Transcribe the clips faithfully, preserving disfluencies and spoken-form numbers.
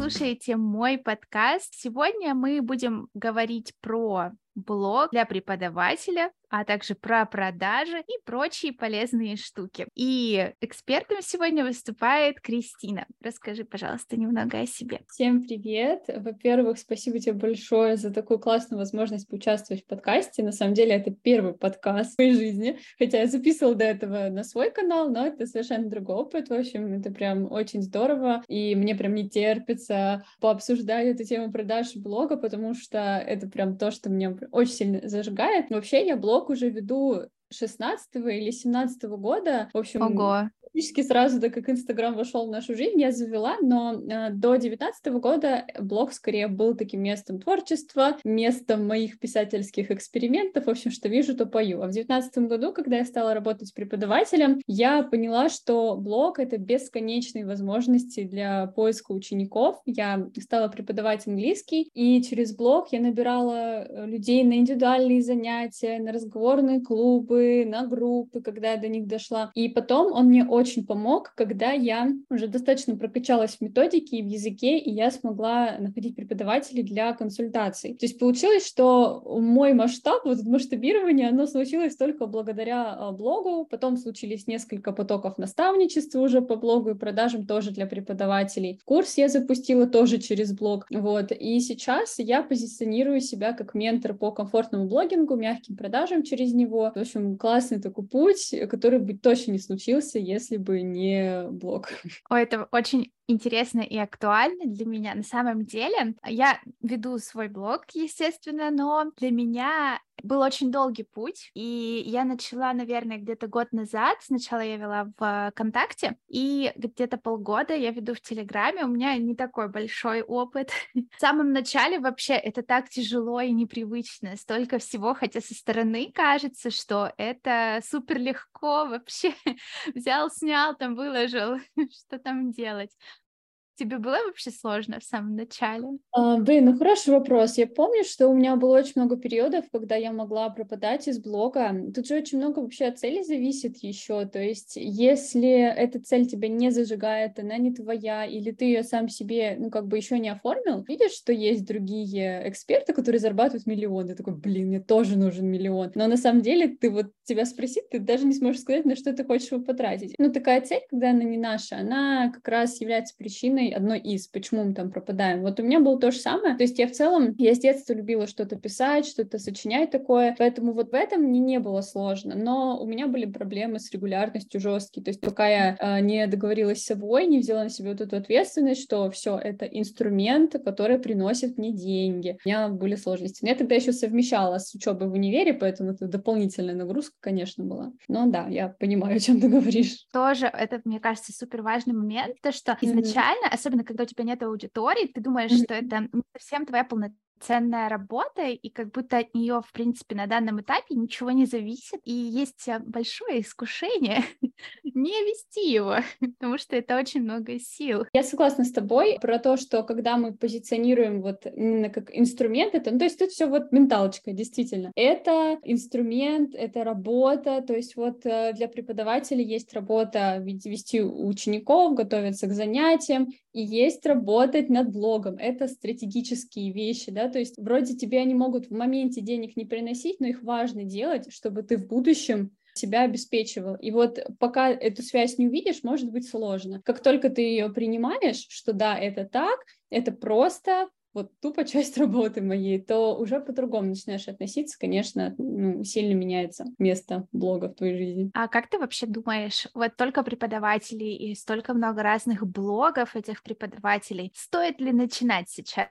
слушаете мой подкаст. Сегодня мы будем говорить про блог для преподавателя, а также про продажи и прочие полезные штуки. И экспертом сегодня выступает Кристина. Расскажи, пожалуйста, немного о себе. Всем привет! Во-первых, спасибо тебе большое за такую классную возможность поучаствовать в подкасте. На самом деле, это первый подкаст в моей жизни, хотя я записывала до этого на свой канал, но это совершенно другой опыт. В общем, это прям очень здорово, и мне прям не терпится пообсуждать эту тему продаж блога, потому что это прям то, что меня очень сильно зажигает. Вообще, я блог уже веду шестнадцатого или семнадцатого года. В общем, Ого. практически сразу, так как Инстаграм вошел в нашу жизнь, я завела, но э, до девятнадцатого года блог скорее был таким местом творчества, местом моих писательских экспериментов. В общем, что вижу, то пою. А в девятнадцатом году, когда я стала работать преподавателем, я поняла, что блог — это бесконечные возможности для поиска учеников. Я стала преподавать английский, и через блог я набирала людей на индивидуальные занятия, на разговорные клубы, на группы, когда я до них дошла. И потом он мне очень помог, когда я уже достаточно прокачалась в методике и в языке, и я смогла находить преподавателей для консультаций. То есть получилось, что мой масштаб, вот это масштабирование, оно случилось только благодаря блогу. Потом случились несколько потоков наставничества уже по блогу и продажам тоже для преподавателей. Курс я запустила тоже через блог. Вот. И сейчас я позиционирую себя как ментор по комфортному блогингу, мягким продажам через него. В общем, классный такой путь, который бы точно не случился, если бы не блог. Ой, это очень интересно и актуально для меня. На самом деле, я веду свой блог, естественно, но для меня был очень долгий путь, и я начала, наверное, где-то год назад. Сначала я вела в ВКонтакте, и где-то полгода я веду в Телеграме. У меня не такой большой опыт. В самом начале вообще это так тяжело и непривычно, столько всего, хотя со стороны кажется, что это супер легко вообще. Взял, снял, там выложил, что там делать. Тебе было вообще сложно в самом начале? А, блин, ну хороший вопрос. Я помню, что у меня было очень много периодов, когда я могла пропадать из блога. Тут же очень много вообще от цели зависит еще. То есть, если эта цель тебя не зажигает, она не твоя, или ты ее сам себе, ну, как бы еще не оформил, видишь, что есть другие эксперты, которые зарабатывают миллион. Ты такой, блин, мне тоже нужен миллион. Но на самом деле ты вот тебя спросить, ты даже не сможешь сказать, на что ты хочешь его потратить. Ну, такая цель, когда она не наша, она как раз является причиной одной из, почему мы там пропадаем. Вот у меня было то же самое. То есть я в целом, я с детства любила что-то писать, что-то сочинять такое, поэтому вот в этом мне не было сложно, но у меня были проблемы с регулярностью жесткие. То есть пока я э, не договорилась с собой, не взяла на себя вот эту ответственность, что все, это инструмент, который приносит мне деньги. У меня были сложности. Но я тогда еще совмещала с учебой в универе, поэтому это дополнительная нагрузка, конечно, была. Но да, я понимаю, о чем ты говоришь. Тоже это, мне кажется, супер важный момент, то, что изначально, mm-hmm. особенно когда у тебя нет аудитории, ты думаешь, mm-hmm. что это не совсем твоя полноценная работа, и как будто от нее, в принципе, на данном этапе ничего не зависит, и есть большое искушение не вести его, потому что это очень много сил. Я согласна с тобой про то, что когда мы позиционируем вот именно как инструмент, это, ну, то есть это все вот менталочка, действительно. Это инструмент, это работа, то есть вот для преподавателей есть работа вести учеников, готовиться к занятиям, и есть работать над блогом. Это стратегические вещи, да, то есть вроде тебе они могут в моменте денег не приносить, но их важно делать, чтобы ты в будущем себя обеспечивал. И вот пока эту связь не увидишь, может быть сложно. Как только ты ее принимаешь, что да, это так, это просто вот тупо часть работы моей, то уже по-другому начинаешь относиться, конечно, ну, сильно меняется место блога в твоей жизни. А как ты вообще думаешь, вот только преподавателей и столько много разных блогов этих преподавателей, стоит ли начинать сейчас?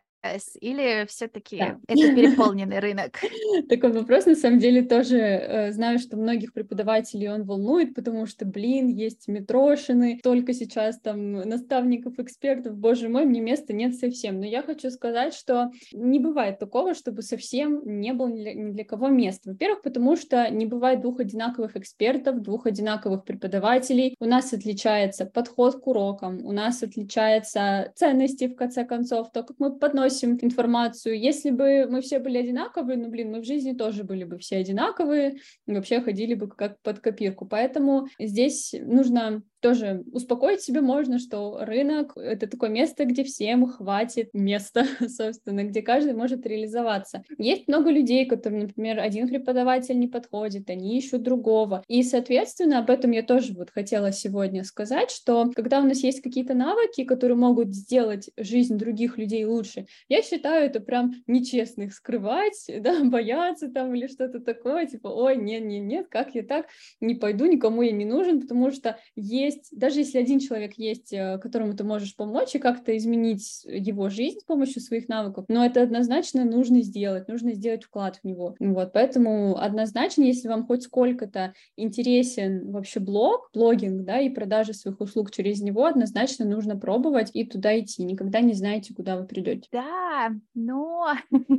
Или все-таки да. это переполненный рынок? Такой вопрос, на самом деле, тоже э, знаю, что многих преподавателей он волнует, потому что, блин, есть Митрошины, только сейчас там наставников, экспертов, боже мой, мне места нет совсем. Но я хочу сказать, что не бывает такого, чтобы совсем не было ни для кого места. Во-первых, потому что не бывает двух одинаковых экспертов, двух одинаковых преподавателей. У нас отличается подход к урокам, у нас отличаются ценности, в конце концов, то, как мы подносим информацию. Если бы мы все были одинаковые, ну, блин, мы в жизни тоже были бы все одинаковые, и вообще ходили бы как под копирку. Поэтому здесь нужно тоже успокоить себя можно, что рынок — это такое место, где всем хватит места, собственно, где каждый может реализоваться. Есть много людей, которым, например, один преподаватель не подходит, они ищут другого. И, соответственно, об этом я тоже вот хотела сегодня сказать, что когда у нас есть какие-то навыки, которые могут сделать жизнь других людей лучше, я считаю, это прям нечестно их скрывать, да, бояться там или что-то такое, типа, ой, нет-нет-нет, как я так не пойду, никому я не нужен, потому что есть, даже если один человек есть, которому ты можешь помочь и как-то изменить его жизнь с помощью своих навыков, но это однозначно нужно сделать, нужно сделать вклад в него. Вот, поэтому однозначно, если вам хоть сколько-то интересен вообще блог, блогинг, да, и продажа своих услуг через него, однозначно нужно пробовать и туда идти. Никогда не знаете, куда вы придете. Да, но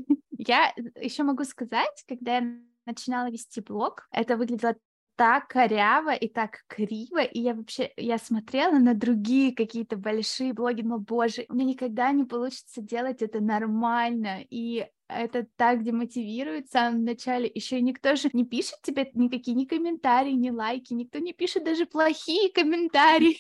я еще могу сказать, когда я начинала вести блог, это выглядело так коряво и так криво, и я вообще, я смотрела на другие какие-то большие блоги, но, боже, у меня никогда не получится делать это нормально, и это так демотивирует в самом начале. Еще и никто же не пишет тебе никакие ни комментарии, ни лайки, никто не пишет даже плохие комментарии.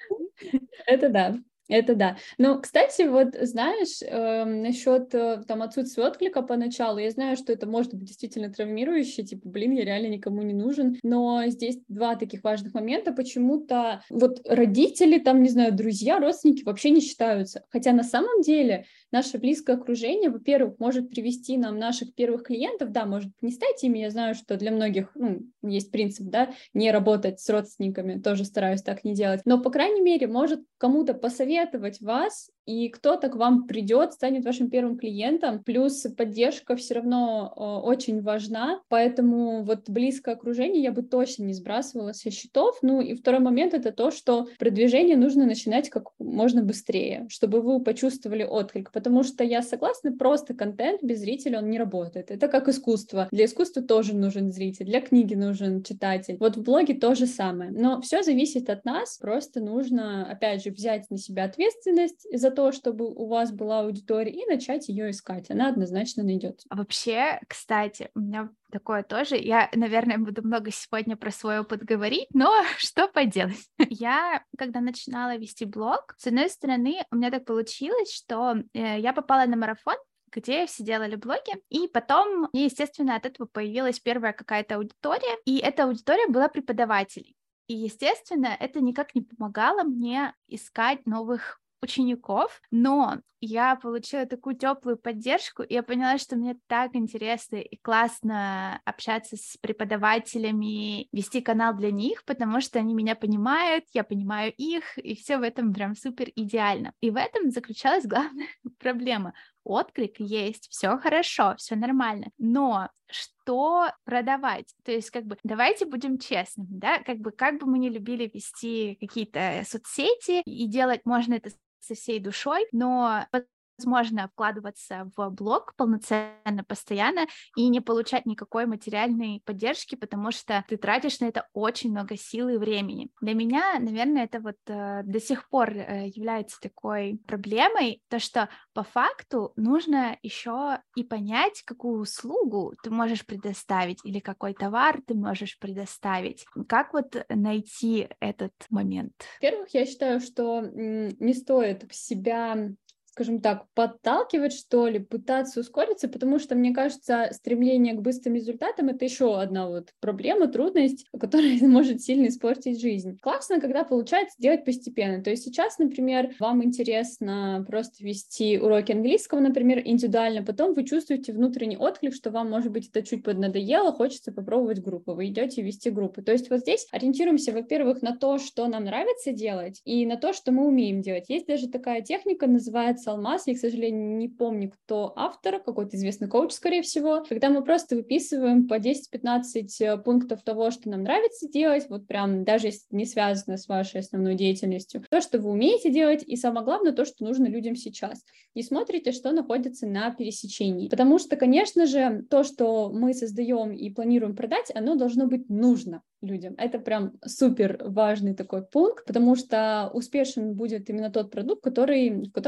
Это да. Это да. Но, кстати, вот знаешь, э, насчет э, там отсутствия отклика поначалу, я знаю, что это может быть действительно травмирующе, типа, блин, я реально никому не нужен, но здесь два таких важных момента. Почему-то вот родители, там, не знаю, друзья, родственники вообще не считаются. Хотя на самом деле наше близкое окружение, во-первых, может привести нам наших первых клиентов, да, может не стать ими, я знаю, что для многих, ну, есть принцип, да, не работать с родственниками, тоже стараюсь так не делать, но, по крайней мере, может кому-то посоветовать вас, и кто-то к вам придет, станет вашим первым клиентом, плюс поддержка все равно э, очень важна, поэтому вот близкое окружение я бы точно не сбрасывала со счетов. Ну и второй момент — это то, что продвижение нужно начинать как можно быстрее, чтобы вы почувствовали отклик, потому что я согласна, просто контент без зрителя, он не работает. Это как искусство. Для искусства тоже нужен зритель, для книги нужен читатель. Вот в блоге то же самое, но все зависит от нас, просто нужно, опять же, взять на себя ответственность за то, чтобы у вас была аудитория, и начать ее искать. Она однозначно найдется. А вообще, кстати, у меня такое тоже. Я, наверное, буду много сегодня про свой опыт говорить, но что поделать. Я, когда начинала вести блог, с одной стороны, у меня так получилось, что э, я попала на марафон, где все делали блоги, и потом, мне, естественно, от этого появилась первая какая-то аудитория, и эта аудитория была преподавателей. И, естественно, это никак не помогало мне искать новых учеников, но я получила такую теплую поддержку, и я поняла, что мне так интересно и классно общаться с преподавателями, вести канал для них, потому что они меня понимают, я понимаю их, и все в этом прям супер идеально. И в этом заключалась главная проблема. Отклик есть, все хорошо, все нормально, но что продавать? То есть, как бы, давайте будем честными, да, как бы, как бы мы не любили вести какие-то соцсети, и делать можно это со всей душой, но возможно вкладываться в блог полноценно, постоянно и не получать никакой материальной поддержки, потому что ты тратишь на это очень много сил и времени. Для меня, наверное, это вот э, до сих пор э, является такой проблемой, то, что по факту нужно еще и понять, какую услугу ты можешь предоставить или какой товар ты можешь предоставить. Как вот найти этот момент? Во-первых, я считаю, что м, не стоит себя, скажем так, подталкивать, что ли, пытаться ускориться, потому что, мне кажется, стремление к быстрым результатам — это еще одна вот проблема, трудность, которая может сильно испортить жизнь. Классно, когда получается делать постепенно. То есть сейчас, например, вам интересно просто вести уроки английского, например, индивидуально, потом вы чувствуете внутренний отклик, что вам, может быть, это чуть поднадоело, хочется попробовать группу, вы идете вести группу. То есть вот здесь ориентируемся, во-первых, на то, что нам нравится делать, и на то, что мы умеем делать. Есть даже такая техника, называется Алмаз, я, к сожалению, не помню, кто автор, какой-то известный коуч, скорее всего, когда мы просто выписываем по десять-пятнадцать пунктов того, что нам нравится делать, вот прям даже если не связано с вашей основной деятельностью, то, что вы умеете делать, и самое главное, то, что нужно людям сейчас. И смотрите, что находится на пересечении. Потому что, конечно же, то, что мы создаем и планируем продать, оно должно быть нужно людям. Это прям супер важный такой пункт, потому что успешен будет именно тот продукт, который, в котором есть нужда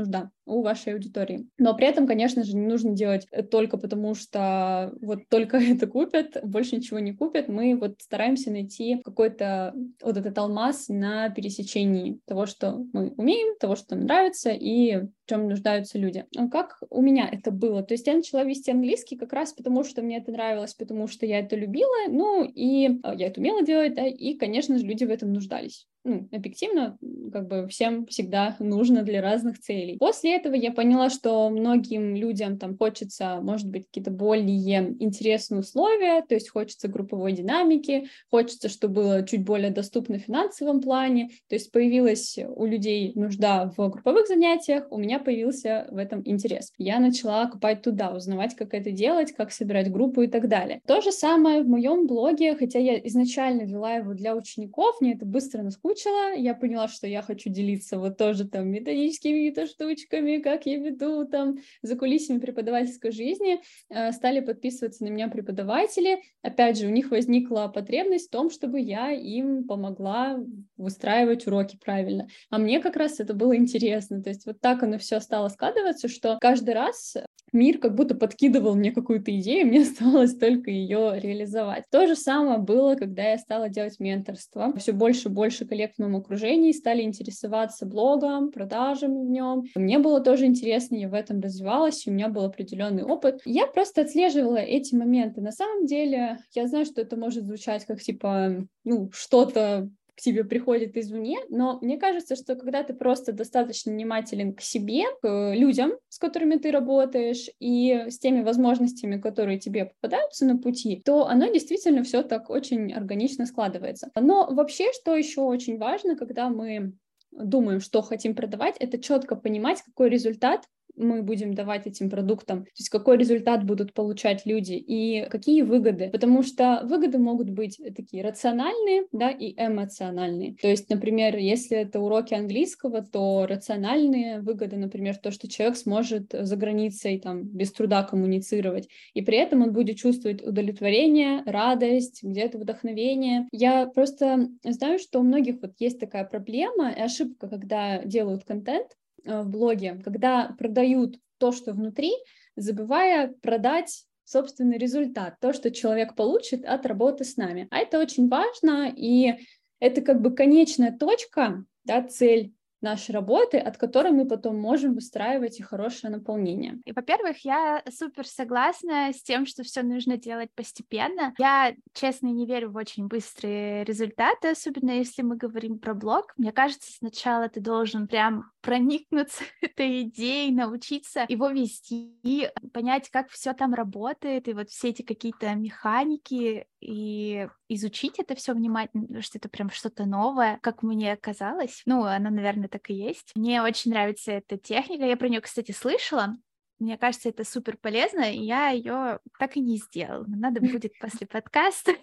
нужда у вашей аудитории. Но при этом, конечно же, не нужно делать только потому, что вот только это купят, больше ничего не купят. Мы вот стараемся найти какой-то вот этот алмаз на пересечении того, что мы умеем, того, что нам нравится и в чем нуждаются люди. Как у меня это было? То есть я начала вести английский как раз потому, что мне это нравилось, потому что я это любила, ну и я это умела делать, да, и, конечно же, люди в этом нуждались. Ну, объективно, как бы всем всегда нужно для разных целей. После этого я поняла, что многим людям там хочется, может быть, какие-то более интересные условия, то есть хочется групповой динамики, хочется, чтобы было чуть более доступно в финансовом плане, то есть появилась у людей нужда в групповых занятиях, у меня появился в этом интерес. Я начала копать туда, узнавать, как это делать, как собирать группу и так далее. То же самое в моем блоге, хотя я изначально вела его для учеников, мне это быстро наскучило, я поняла, что я хочу делиться вот тоже там методическими какими-то штучками, как я веду там за кулисами преподавательской жизни. Стали подписываться на меня преподаватели. Опять же, у них возникла потребность в том, чтобы я им помогла выстраивать уроки правильно. А мне как раз это было интересно. То есть вот так оно все стало складываться, что каждый раз мир как будто подкидывал мне какую-то идею, мне оставалось только ее реализовать. То же самое было, когда я стала делать менторство. Все больше и больше коллег в моем окружении стали интересоваться блогом, продажами в нем. Мне было тоже интересно, я в этом развивалась, у меня был определенный опыт. Я просто отслеживала эти моменты. На самом деле, я знаю, что это может звучать как типа, ну, что-то к тебе приходит извне, но мне кажется, что когда ты просто достаточно внимателен к себе, к людям, с которыми ты работаешь, и с теми возможностями, которые тебе попадаются на пути, то оно действительно все так очень органично складывается. Но вообще, что еще очень важно, когда мы думаем, что хотим продавать, это четко понимать, какой результат мы будем давать этим продуктам, то есть какой результат будут получать люди и какие выгоды, потому что выгоды могут быть такие рациональные, да, и эмоциональные. То есть, например, если это уроки английского, то рациональные выгоды, например, то, что человек сможет за границей там без труда коммуницировать, и при этом он будет чувствовать удовлетворение, радость, где-то вдохновение. Я просто знаю, что у многих вот есть такая проблема и ошибка, когда делают контент в блоге, когда продают то, что внутри, забывая продать собственный результат, то, что человек получит от работы с нами. А это очень важно, и это как бы конечная точка, да, цель нашей работы, от которой мы потом можем выстраивать и хорошее наполнение. И, во-первых, я супер согласна с тем, что все нужно делать постепенно. Я, честно, не верю в очень быстрые результаты, особенно если мы говорим про блог. Мне кажется, сначала ты должен прям проникнуться этой идеей, научиться его вести, понять, как все там работает, и вот все эти какие-то механики, и изучить это все внимательно, потому что это прям что-то новое, как мне казалось. Ну, оно, наверное, так и есть. Мне очень нравится эта техника. Я про нее, кстати, слышала. Мне кажется, это супер полезно, и я ее так и не сделала. Надо будет после подкаста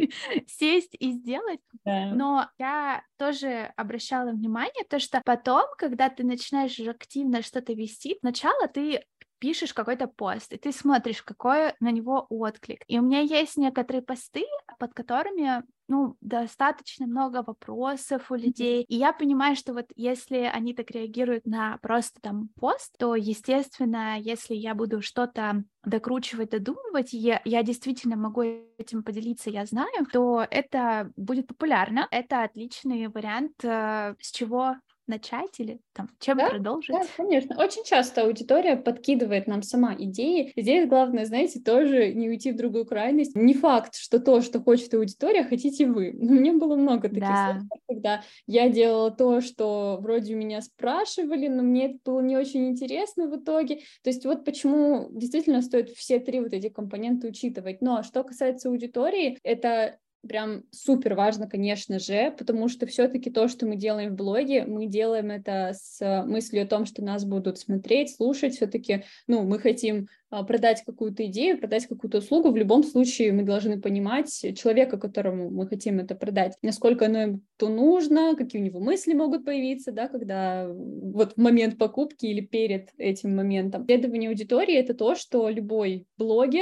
сесть и сделать. Да. Но я тоже обращала внимание, то, что потом, когда ты начинаешь активно что-то вести, сначала ты пишешь какой-то пост, и ты смотришь, какой на него отклик. И у меня есть некоторые посты, под которыми, ну, достаточно много вопросов у людей. И я понимаю, что вот если они так реагируют на просто там пост, то, естественно, если я буду что-то докручивать, додумывать, и я, я действительно могу этим поделиться, я знаю, то это будет популярно. Это отличный вариант, э, с чего начать или там чем Да, продолжить. да, конечно. Очень часто аудитория подкидывает нам сама идеи. Здесь главное, знаете, тоже не уйти в другую крайность. Не факт, что то, что хочет аудитория, хотите вы. Но мне было много таких Да. случаев, когда я делала то, что вроде у меня спрашивали, но мне это было не очень интересно в итоге. То есть вот почему действительно стоит все три вот эти компоненты учитывать. Но что касается аудитории, это прям супер важно, конечно же, потому что все-таки то, что мы делаем в блоге, мы делаем это с мыслью о том, что нас будут смотреть, слушать. Все-таки, ну, мы хотим продать какую-то идею, продать какую-то услугу. В любом случае мы должны понимать человека, которому мы хотим это продать, насколько оно ему нужно, какие у него мысли могут появиться, да, когда вот в момент покупки или перед этим моментом. Исследование аудитории — это то, что любой блогер,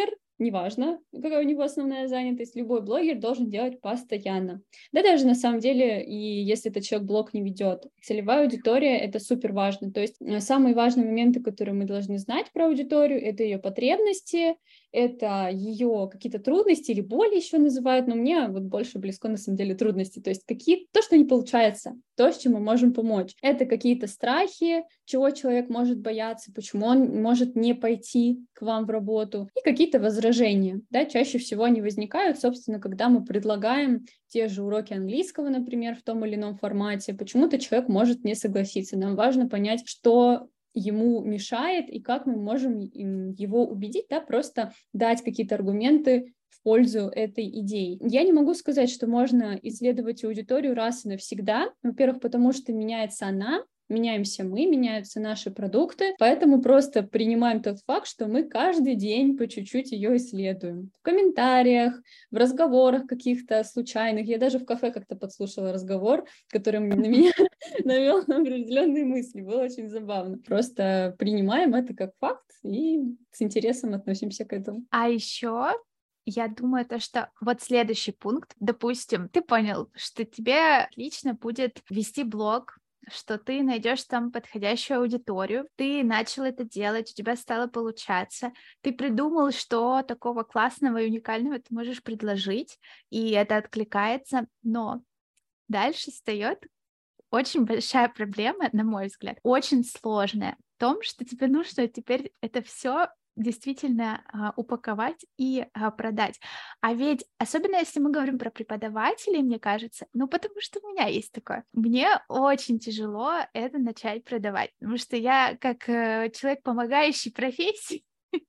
неважно, какая у него основная занятость, любой блогер должен делать постоянно. Да даже на самом деле, и если этот человек блог не ведет, целевая аудитория — это супер важно. То есть самые важные моменты, которые мы должны знать про аудиторию, это ее потребности, это ее какие-то трудности или боли еще называют, но мне вот больше близко на самом деле трудности, то есть какие то, что не получается, то, с чем мы можем помочь. Это какие-то страхи, чего человек может бояться, почему он может не пойти к вам в работу, и какие-то возражения, да, чаще всего они возникают, собственно, когда мы предлагаем те же уроки английского, например, в том или ином формате, почему-то человек может не согласиться, нам важно понять, что ему мешает и как мы можем его убедить, да, просто дать какие-то аргументы в пользу этой идеи. Я не могу сказать, что можно исследовать аудиторию раз и навсегда, во-первых, потому что меняется она, меняемся мы, меняются наши продукты, поэтому просто принимаем тот факт, что мы каждый день по чуть-чуть ее исследуем. В комментариях, в разговорах каких-то случайных. Я даже в кафе как-то подслушала разговор, который на меня навел определенные мысли. Было очень забавно. Просто принимаем это как факт и с интересом относимся к этому. А еще я думаю, то, что вот следующий пункт, допустим, ты понял, что тебе лично будет вести блог, что ты найдешь там подходящую аудиторию, ты начал это делать, у тебя стало получаться, ты придумал, что такого классного и уникального ты можешь предложить, и это откликается, но дальше встает очень большая проблема, на мой взгляд, очень сложная, в том, что тебе нужно теперь это все действительно а, упаковать и а, продать. А ведь, особенно если мы говорим про преподавателей, мне кажется, ну, потому что у меня есть такое. Мне очень тяжело это начать продавать, потому что я, как э, человек, помогающий профессии,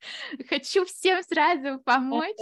хочу всем сразу помочь.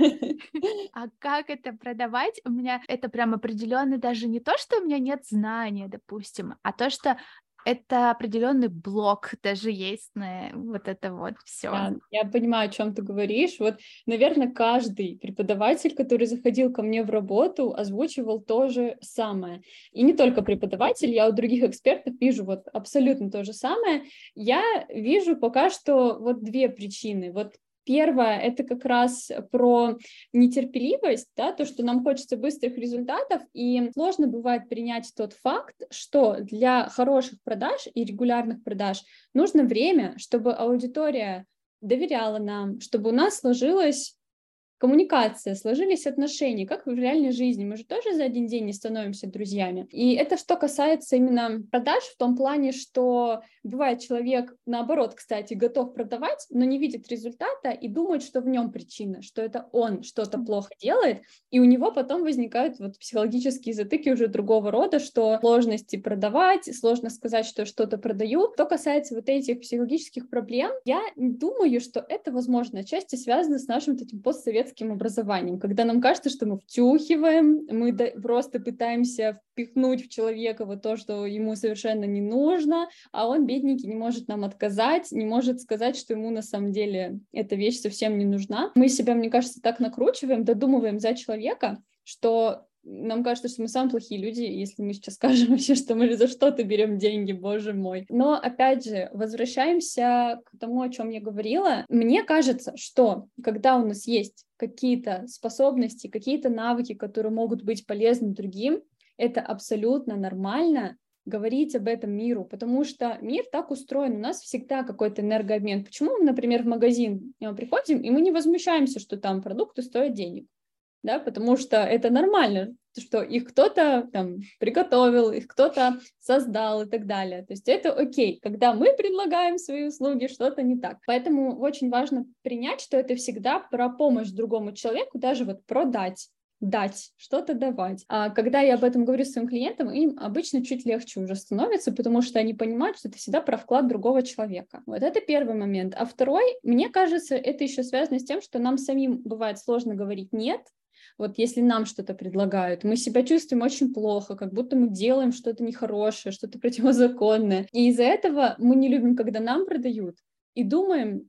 А как это продавать? У меня это прям определенно даже не то, что у меня нет знания, допустим, а то, что это определенный блок даже есть на вот это вот все. Да, я понимаю, о чем ты говоришь. Вот, наверное, каждый преподаватель, который заходил ко мне в работу, озвучивал то же самое. И не только преподаватель, я у других экспертов вижу вот абсолютно то же самое. Я вижу пока что вот две причины. Вот первое — это как раз про нетерпеливость, да, то, что нам хочется быстрых результатов, и сложно бывает принять тот факт, что для хороших продаж и регулярных продаж нужно время, чтобы аудитория доверяла нам, чтобы у нас сложилась коммуникация, сложились отношения, как в реальной жизни. Мы же тоже за один день не становимся друзьями. И это что касается именно продаж в том плане, что бывает человек, наоборот, кстати, готов продавать, но не видит результата и думает, что в нем причина, что это он что-то плохо делает, и у него потом возникают вот психологические затыки уже другого рода, что сложности продавать, сложно сказать, что что-то продаю. Что касается вот этих психологических проблем, я думаю, что это, возможно, отчасти связано с нашим таким постсоветским образованием, когда нам кажется, что мы втюхиваем, мы просто пытаемся впихнуть в человека вот то, что ему совершенно не нужно, а он, бедненький, не может нам отказать, не может сказать, что ему на самом деле эта вещь совсем не нужна. Мы себя, мне кажется, так накручиваем, додумываем за человека, что нам кажется, что мы самые плохие люди, если мы сейчас скажем вообще, что мы за что-то берем деньги, боже мой. Но, опять же, возвращаемся к тому, о чем я говорила. Мне кажется, что когда у нас есть какие-то способности, какие-то навыки, которые могут быть полезны другим, это абсолютно нормально говорить об этом миру, потому что мир так устроен, у нас всегда какой-то энергообмен. Почему мы, например, в магазин приходим, и мы не возмущаемся, что там продукты стоят денег? Да, потому что это нормально, что их кто-то там приготовил, их кто-то создал и так далее. То есть это окей. Когда мы предлагаем свои услуги, что-то не так. Поэтому очень важно принять, что это всегда про помощь другому человеку, даже вот продать, дать, что-то давать. А когда я об этом говорю своим клиентам, им обычно чуть легче уже становится, потому что они понимают, что это всегда про вклад другого человека. Вот это первый момент. А второй, мне кажется, это еще связано с тем, что нам самим бывает сложно говорить «нет». Вот если нам что-то предлагают, мы себя чувствуем очень плохо, как будто мы делаем что-то нехорошее, что-то противозаконное. И из-за этого мы не любим, когда нам продают, и думаем,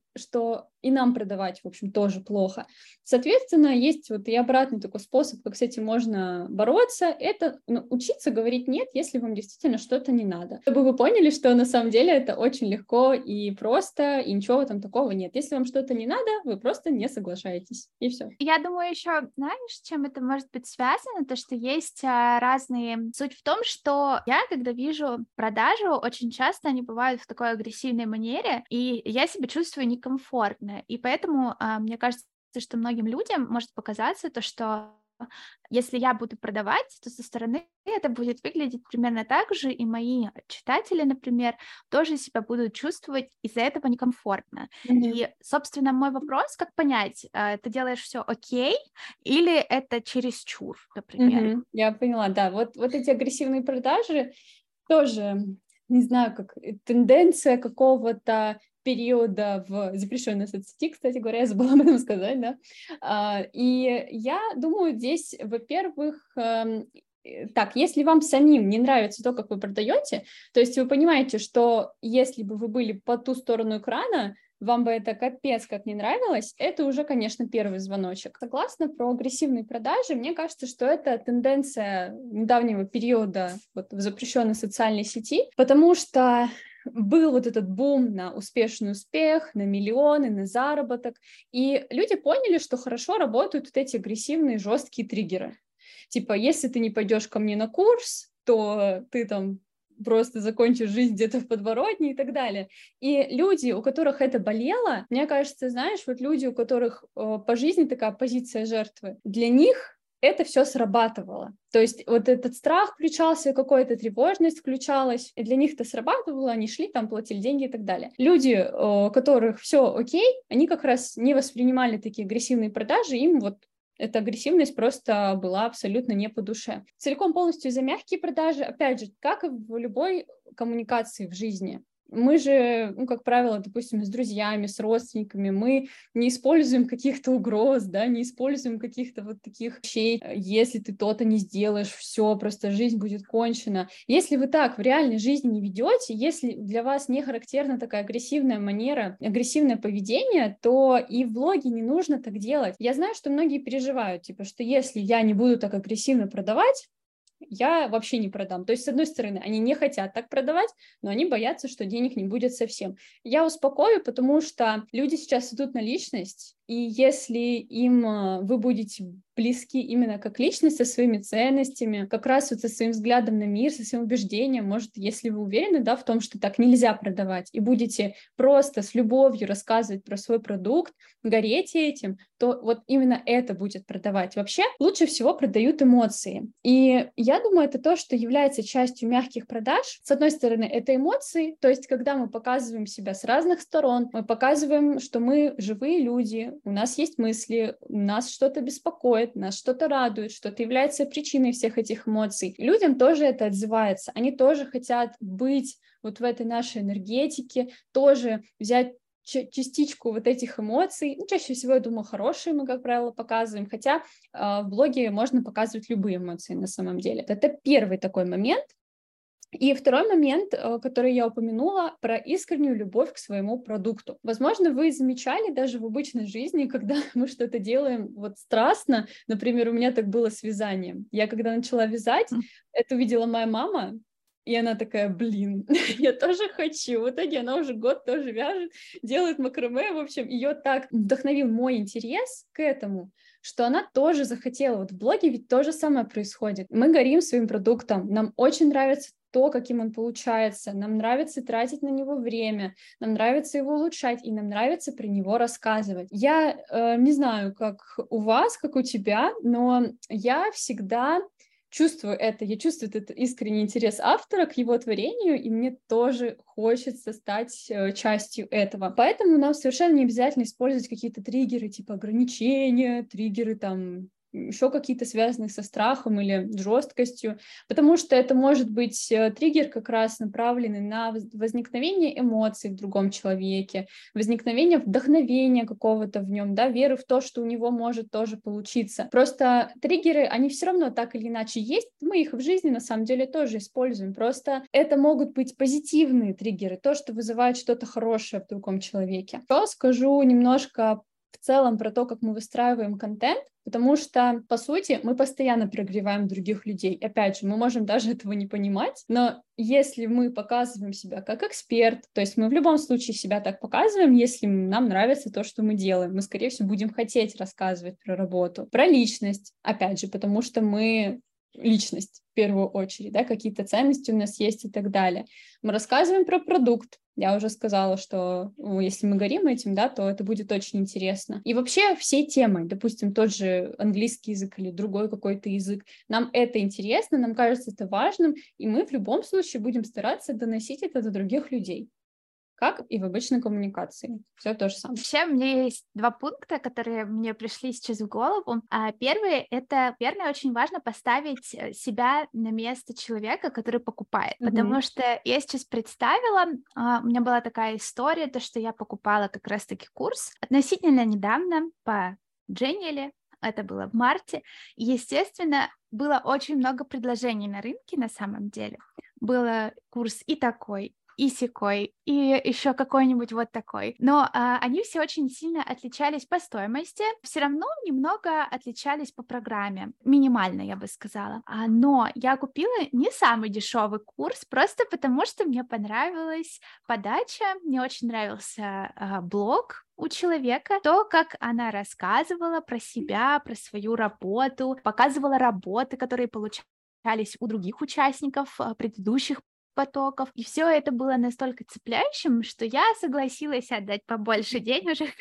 что и нам продавать, в общем, тоже плохо. Соответственно, есть вот и обратный такой способ, как с этим можно бороться, это учиться говорить «нет», если вам действительно что-то не надо. Чтобы вы поняли, что на самом деле это очень легко и просто, и ничего там такого нет. Если вам что-то не надо, вы просто не соглашаетесь, и все. Я думаю, еще, знаешь, с чем это может быть связано, то, что есть а, разные... Суть в том, что я, когда вижу продажу, очень часто они бывают в такой агрессивной манере, и я себя чувствую некомфортно. И поэтому а, мне кажется, что многим людям может показаться то, что если я буду продавать, то со стороны это будет выглядеть примерно так же, и мои читатели, например, тоже себя будут чувствовать из-за этого некомфортно. Mm-hmm. И, собственно, мой вопрос, как понять, ты делаешь все окей или это чересчур, например? Mm-hmm. Я поняла, да. Вот, вот эти агрессивные продажи тоже, не знаю, как тенденция какого-то периода в запрещенной соцсети, кстати говоря, я забыла об этом сказать, да, а, и я думаю, здесь, во-первых, э, так, если вам самим не нравится то, как вы продаете, то есть вы понимаете, что если бы вы были по ту сторону экрана, вам бы это капец как не нравилось, это уже, конечно, первый звоночек. Согласно про агрессивные продажи, мне кажется, что это тенденция недавнего периода вот, в запрещенной социальной сети, потому что был вот этот бум на успешный успех, на миллионы, на заработок, и люди поняли, что хорошо работают вот эти агрессивные жесткие триггеры. Типа, если ты не пойдешь ко мне на курс, то ты там просто закончишь жизнь где-то в подворотне и так далее. И люди, у которых это болело, мне кажется, знаешь, вот люди, у которых э, по жизни такая позиция жертвы, для них это все срабатывало. То есть вот этот страх включался, какая-то тревожность включалась, и для них это срабатывало, они шли, там, платили деньги и так далее. Люди, у которых все окей, они как раз не воспринимали такие агрессивные продажи, им вот эта агрессивность просто была абсолютно не по душе. Целиком полностью за мягкие продажи, опять же, как и в любой коммуникации в жизни. Мы же, ну, как правило, допустим, с друзьями, с родственниками, мы не используем каких-то угроз, да, не используем каких-то вот таких вещей. Если ты то-то не сделаешь, все, просто жизнь будет кончена. Если вы так в реальной жизни не ведете, если для вас не характерна такая агрессивная манера, агрессивное поведение, то и в блоге не нужно так делать. Я знаю, что многие переживают, типа, что если я не буду так агрессивно продавать, я вообще не продам. То есть, с одной стороны, они не хотят так продавать, но они боятся, что денег не будет совсем. Я успокою, потому что люди сейчас идут на личность, и если им вы будете близки именно как личность со своими ценностями, как раз вот со своим взглядом на мир, со своим убеждением, может, если вы уверены, да, в том, что так нельзя продавать, и будете просто с любовью рассказывать про свой продукт, гореть этим, то вот именно это будет продавать. Вообще, лучше всего продают эмоции. И я думаю, это то, что является частью мягких продаж. С одной стороны, это эмоции, то есть когда мы показываем себя с разных сторон, мы показываем, что мы живые люди, у нас есть мысли, нас что-то беспокоит, нас что-то радует, что-то является причиной всех этих эмоций. Людям тоже это отзывается, они тоже хотят быть вот в этой нашей энергетике, тоже взять частичку вот этих эмоций. Ну, чаще всего, я думаю, хорошие мы, как правило, показываем, хотя э, в блоге можно показывать любые эмоции на самом деле. Это первый такой момент. И второй момент, который я упомянула, про искреннюю любовь к своему продукту. Возможно, вы замечали даже в обычной жизни, когда мы что-то делаем вот страстно, например, у меня так было с вязанием. Я когда начала вязать, это увидела моя мама, и она такая, блин, я тоже хочу. В итоге она уже год тоже вяжет, делает макраме. В общем, ее так вдохновил мой интерес к этому, что она тоже захотела. Вот в блоге ведь то же самое происходит. Мы горим своим продуктом, нам очень нравится то, каким он получается, нам нравится тратить на него время, нам нравится его улучшать, и нам нравится про него рассказывать. Я э, не знаю, как у вас, как у тебя, но я всегда чувствую это, я чувствую этот искренний интерес автора к его творению, и мне тоже хочется стать э, частью этого. Поэтому нам совершенно не обязательно использовать какие-то триггеры, типа ограничения, триггеры там еще какие-то связанные со страхом или жесткостью, потому что это может быть триггер как раз направленный на возникновение эмоций в другом человеке, возникновение вдохновения какого-то в нем, да, веры в то, что у него может тоже получиться. Просто триггеры, они все равно так или иначе есть, мы их в жизни на самом деле тоже используем, просто это могут быть позитивные триггеры, то, что вызывает что-то хорошее в другом человеке. Что скажу немножко в целом про то, как мы выстраиваем контент, потому что, по сути, мы постоянно прогреваем других людей. Опять же, мы можем даже этого не понимать, но если мы показываем себя как эксперт, то есть мы в любом случае себя так показываем, если нам нравится то, что мы делаем, мы, скорее всего, будем хотеть рассказывать про работу, про личность, опять же, потому что мы личность в первую очередь, да, какие-то ценности у нас есть и так далее. Мы рассказываем про продукт. Я уже сказала, что ну, если мы горим этим, да, то это будет очень интересно. И вообще все темы, допустим, тот же английский язык или другой какой-то язык, нам это интересно, нам кажется это важным, и мы в любом случае будем стараться доносить это до других людей. Как и в обычной коммуникации. Все то же самое. Вообще, у меня есть два пункта, которые мне пришли сейчас в голову. А первый — это, наверное, очень важно поставить себя на место человека, который покупает. Mm-hmm. Потому что я сейчас представила, у меня была такая история, то, что я покупала как раз-таки курс относительно недавно по Genially. Это было в марте. И, естественно, было очень много предложений на рынке на самом деле. Был курс и такой, и сякой, и еще какой-нибудь вот такой. Но а, они все очень сильно отличались по стоимости, все равно немного отличались по программе, минимально, я бы сказала. А, но я купила не самый дешевый курс, просто потому что мне понравилась подача, мне очень нравился а, блог у человека, то, как она рассказывала про себя, про свою работу, показывала работы, которые получались у других участников предыдущих потоков. И все это было настолько цепляющим, что я согласилась отдать побольше денежек,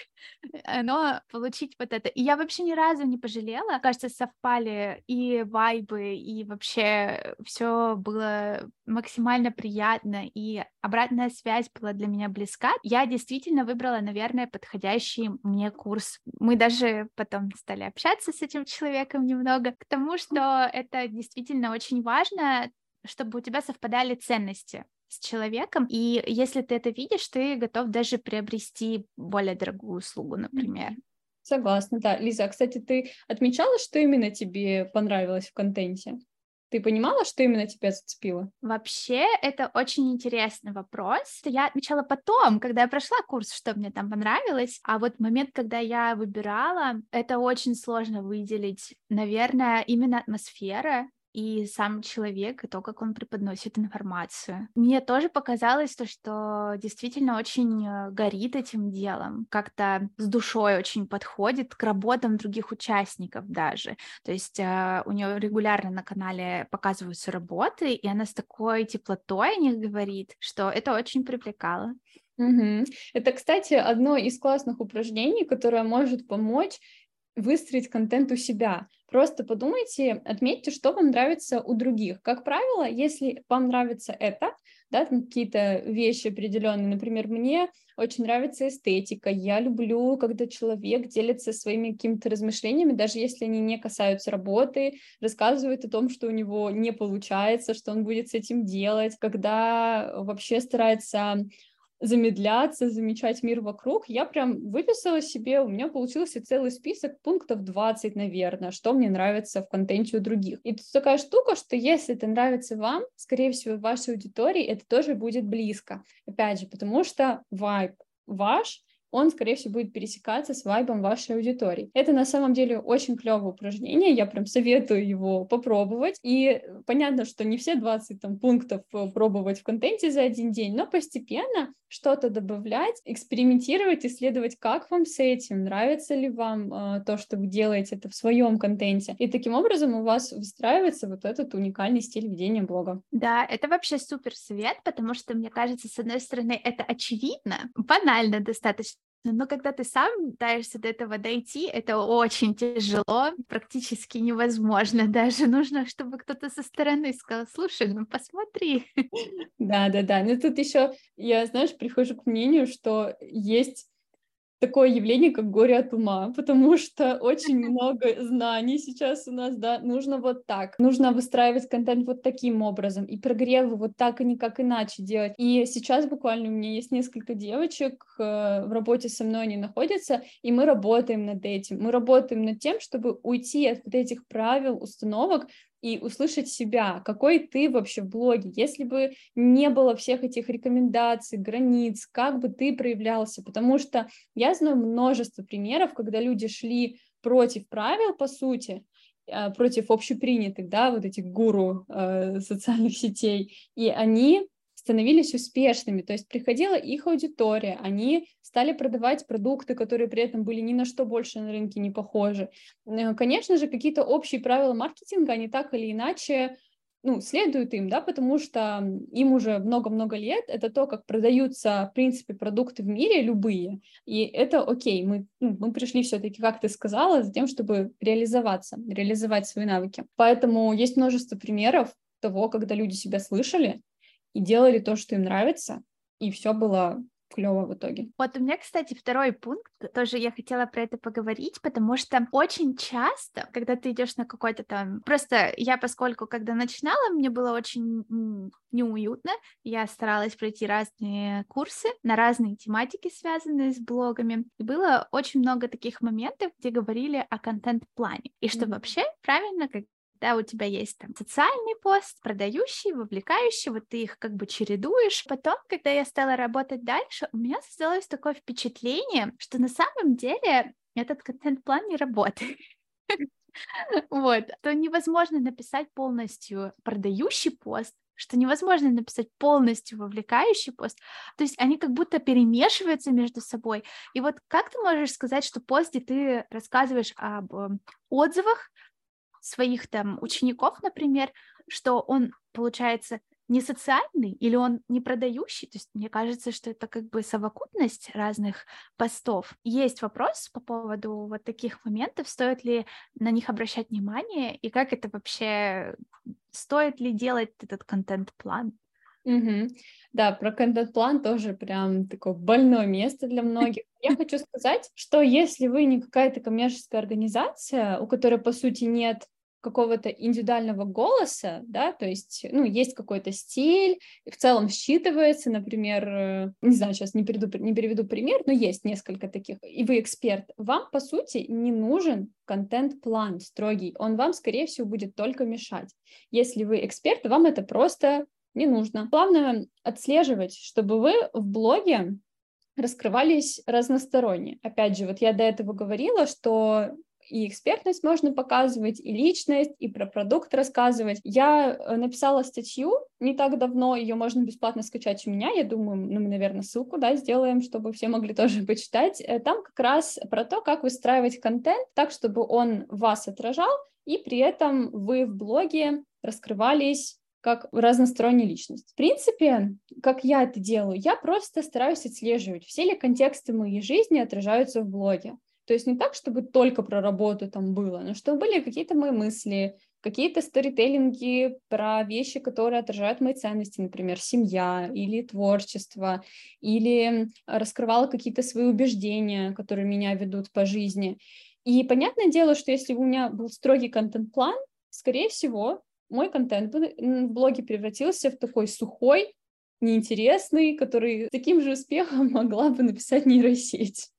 но получить вот это. И я вообще ни разу не пожалела. Кажется, совпали и вайбы, и вообще все было максимально приятно, и обратная связь была для меня близка. Я действительно выбрала, наверное, подходящий мне курс. Мы даже потом стали общаться с этим человеком немного, потому что это действительно очень важно, чтобы у тебя совпадали ценности с человеком, и если ты это видишь, ты готов даже приобрести более дорогую услугу, например. Согласна, да. Лиза, а, кстати, ты отмечала, что именно тебе понравилось в контенте? Ты понимала, что именно тебя зацепило? Вообще, это очень интересный вопрос. Я отмечала потом, когда я прошла курс, что мне там понравилось, а вот момент, когда я выбирала, это очень сложно выделить. Наверное, именно атмосфера и сам человек, и то, как он преподносит информацию. Мне тоже показалось то, что действительно очень горит этим делом, как-то с душой очень подходит к работам других участников даже. То есть э, у нее регулярно на канале показываются работы, и она с такой теплотой о них говорит, что это очень привлекало. Угу. Это, кстати, одно из классных упражнений, которое может помочь выстроить контент у себя. Просто подумайте, отметьте, что вам нравится у других. Как правило, если вам нравится это, да, какие-то вещи определенные, например, мне очень нравится эстетика, я люблю, когда человек делится своими какими-то размышлениями, даже если они не касаются работы, рассказывает о том, что у него не получается, что он будет с этим делать, когда вообще старается замедляться, замечать мир вокруг, я прям выписала себе, у меня получился целый список пунктов двадцать, наверное, что мне нравится в контенте у других. И тут такая штука, что если это нравится вам, скорее всего, вашей аудитории это тоже будет близко. Опять же, потому что вайб ваш, он, скорее всего, будет пересекаться с вайбом вашей аудитории. Это на самом деле очень клевое упражнение, я прям советую его попробовать. И понятно, что не все двадцать там, пунктов пробовать в контенте за один день, но постепенно что-то добавлять, экспериментировать, исследовать, как вам с этим, нравится ли вам э, то, что вы делаете это в своем контенте. И таким образом у вас выстраивается вот этот уникальный стиль ведения блога. Да, это вообще супер совет, потому что, мне кажется, с одной стороны, это очевидно, банально достаточно, но когда ты сам пытаешься до этого дойти, это очень тяжело, практически невозможно. Даже нужно, чтобы кто-то со стороны сказал: слушай, ну посмотри. Да-да-да, но тут еще я, знаешь, прихожу к мнению, что есть такое явление, как горе от ума, потому что очень много знаний сейчас у нас, да, нужно вот так, нужно выстраивать контент вот таким образом, и прогревы вот так и никак иначе делать. И сейчас буквально у меня есть несколько девочек, э, в работе со мной они находятся, и мы работаем над этим, мы работаем над тем, чтобы уйти от вот этих правил, установок, и услышать себя, какой ты вообще в блоге. Если бы не было всех этих рекомендаций, границ, как бы ты проявлялся, потому что я знаю множество примеров, когда люди шли против правил, по сути, против общепринятых, да, вот этих гуру э, социальных сетей, и они становились успешными, то есть приходила их аудитория, они стали продавать продукты, которые при этом были ни на что больше на рынке не похожи. Конечно же, какие-то общие правила маркетинга, они так или иначе, ну, следуют им, да, потому что им уже много-много лет, это то, как продаются, в принципе, продукты в мире, любые, и это окей, мы, ну, мы пришли все-таки, как ты сказала, за тем, чтобы реализоваться, реализовать свои навыки. Поэтому есть множество примеров того, когда люди себя слышали, и делали то, что им нравится, и все было клево в итоге. Вот у меня, кстати, второй пункт, тоже я хотела про это поговорить, потому что очень часто, когда ты идешь на какой-то там... Просто я, поскольку когда начинала, мне было очень м, неуютно, я старалась пройти разные курсы на разные тематики, связанные с блогами, и было очень много таких моментов, где говорили о контент-плане, и что mm-hmm. вообще правильно, как да, у тебя есть там социальный пост, продающий, вовлекающий, вот ты их как бы чередуешь. Потом, когда я стала работать дальше, у меня создалось такое впечатление, что на самом деле этот контент-план не работает. Вот, то невозможно написать полностью продающий пост, что невозможно написать полностью вовлекающий пост, то есть они как будто перемешиваются между собой. И вот как ты можешь сказать, что пост, где ты рассказываешь об отзывах своих там учеников, например, что он, получается, не социальный или он не продающий, то есть мне кажется, что это как бы совокупность разных постов. Есть вопрос по поводу вот таких моментов, стоит ли на них обращать внимание и как это вообще, стоит ли делать этот контент-план? Угу. Да, про контент-план тоже прям такое больное место для многих. Я хочу сказать, что если вы не какая-то коммерческая организация, у которой, по сути, нет какого-то индивидуального голоса, да, то есть, ну, есть какой-то стиль, в целом считывается, например, не знаю, сейчас не переведу, не переведу пример, но есть несколько таких, и вы эксперт, вам, по сути, не нужен контент-план строгий, он вам, скорее всего, будет только мешать. Если вы эксперт, вам это просто не нужно. Главное отслеживать, чтобы вы в блоге раскрывались разносторонне. Опять же, вот я до этого говорила, что и экспертность можно показывать, и личность, и про продукт рассказывать. Я написала статью не так давно, ее можно бесплатно скачать у меня, я думаю, ну, мы, наверное, ссылку, да, сделаем, чтобы все могли тоже почитать. Там как раз про то, как выстраивать контент так, чтобы он вас отражал, и при этом вы в блоге раскрывались как разносторонняя личность. В принципе, как я это делаю, я просто стараюсь отслеживать, все ли контексты моей жизни отражаются в блоге. То есть не так, чтобы только про работу там было, но чтобы были какие-то мои мысли, какие-то сторителлинги про вещи, которые отражают мои ценности, например, семья или творчество, или раскрывала какие-то свои убеждения, которые меня ведут по жизни. И понятное дело, что если у меня был строгий контент-план, скорее всего, мой контент в блоге превратился в такой сухой, неинтересный, который с таким же успехом могла бы написать нейросеть.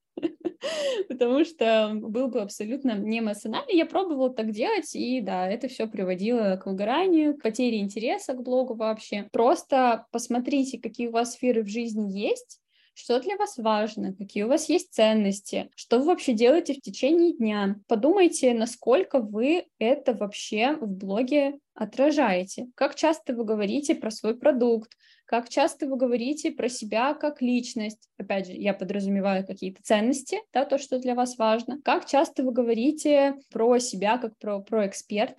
Потому что был бы абсолютно неэмоциональный. Я пробовала так делать, и да, это все приводило к выгоранию, к потере интереса к блогу вообще. Просто посмотрите, какие у вас сферы в жизни есть, что для вас важно, какие у вас есть ценности, что вы вообще делаете в течение дня. Подумайте, насколько вы это вообще в блоге отражаете. Как часто вы говорите про свой продукт, как часто вы говорите про себя как личность. Опять же, я подразумеваю какие-то ценности, да, то, что для вас важно. Как часто вы говорите про себя как про, про эксперта,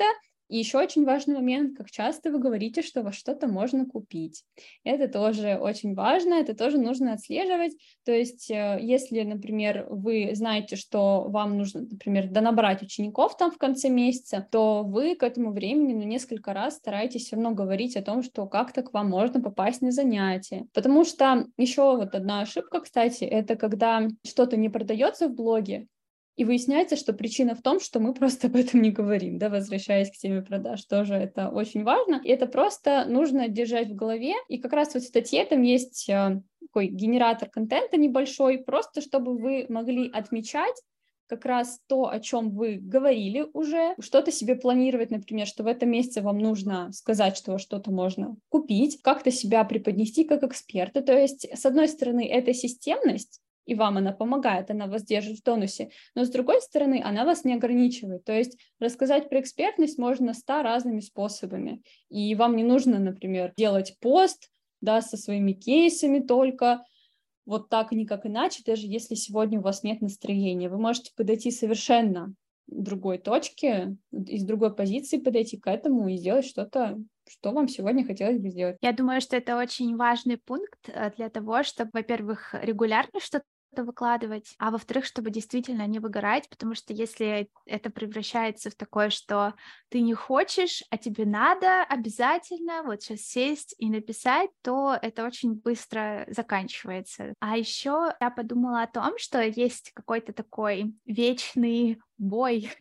И еще очень важный момент, как часто вы говорите, что во что-то можно купить. Это тоже очень важно, это тоже нужно отслеживать. То есть, если, например, вы знаете, что вам нужно, например, донабрать учеников там в конце месяца, то вы к этому времени ну, несколько раз стараетесь все равно говорить о том, что как-то к вам можно попасть на занятия. Потому что еще вот одна ошибка, кстати, это когда что-то не продается в блоге, и выясняется, что причина в том, что мы просто об этом не говорим, да, возвращаясь к теме продаж, тоже это очень важно. И это просто нужно держать в голове. И как раз вот в статье там есть э, такой генератор контента небольшой, просто чтобы вы могли отмечать как раз то, о чем вы говорили уже, что-то себе планировать, например, что в этом месяце вам нужно сказать, что что-то можно купить, как-то себя преподнести как эксперта. То есть, с одной стороны, это системность, и вам она помогает, она вас держит в тонусе, но с другой стороны, она вас не ограничивает. То есть рассказать про экспертность можно ста разными способами, и вам не нужно, например, делать пост, да, со своими кейсами только, вот так и никак иначе, даже если сегодня у вас нет настроения. Вы можете подойти совершенно другой точке, из другой позиции подойти к этому и сделать что-то, что вам сегодня хотелось бы сделать. Я думаю, что это очень важный пункт для того, чтобы, во-первых, регулярно что-то выкладывать, а во-вторых, чтобы действительно не выгорать, потому что если это превращается в такое, что ты не хочешь, а тебе надо обязательно вот сейчас сесть и написать, то это очень быстро заканчивается. А еще я подумала о том, что есть какой-то такой вечный бой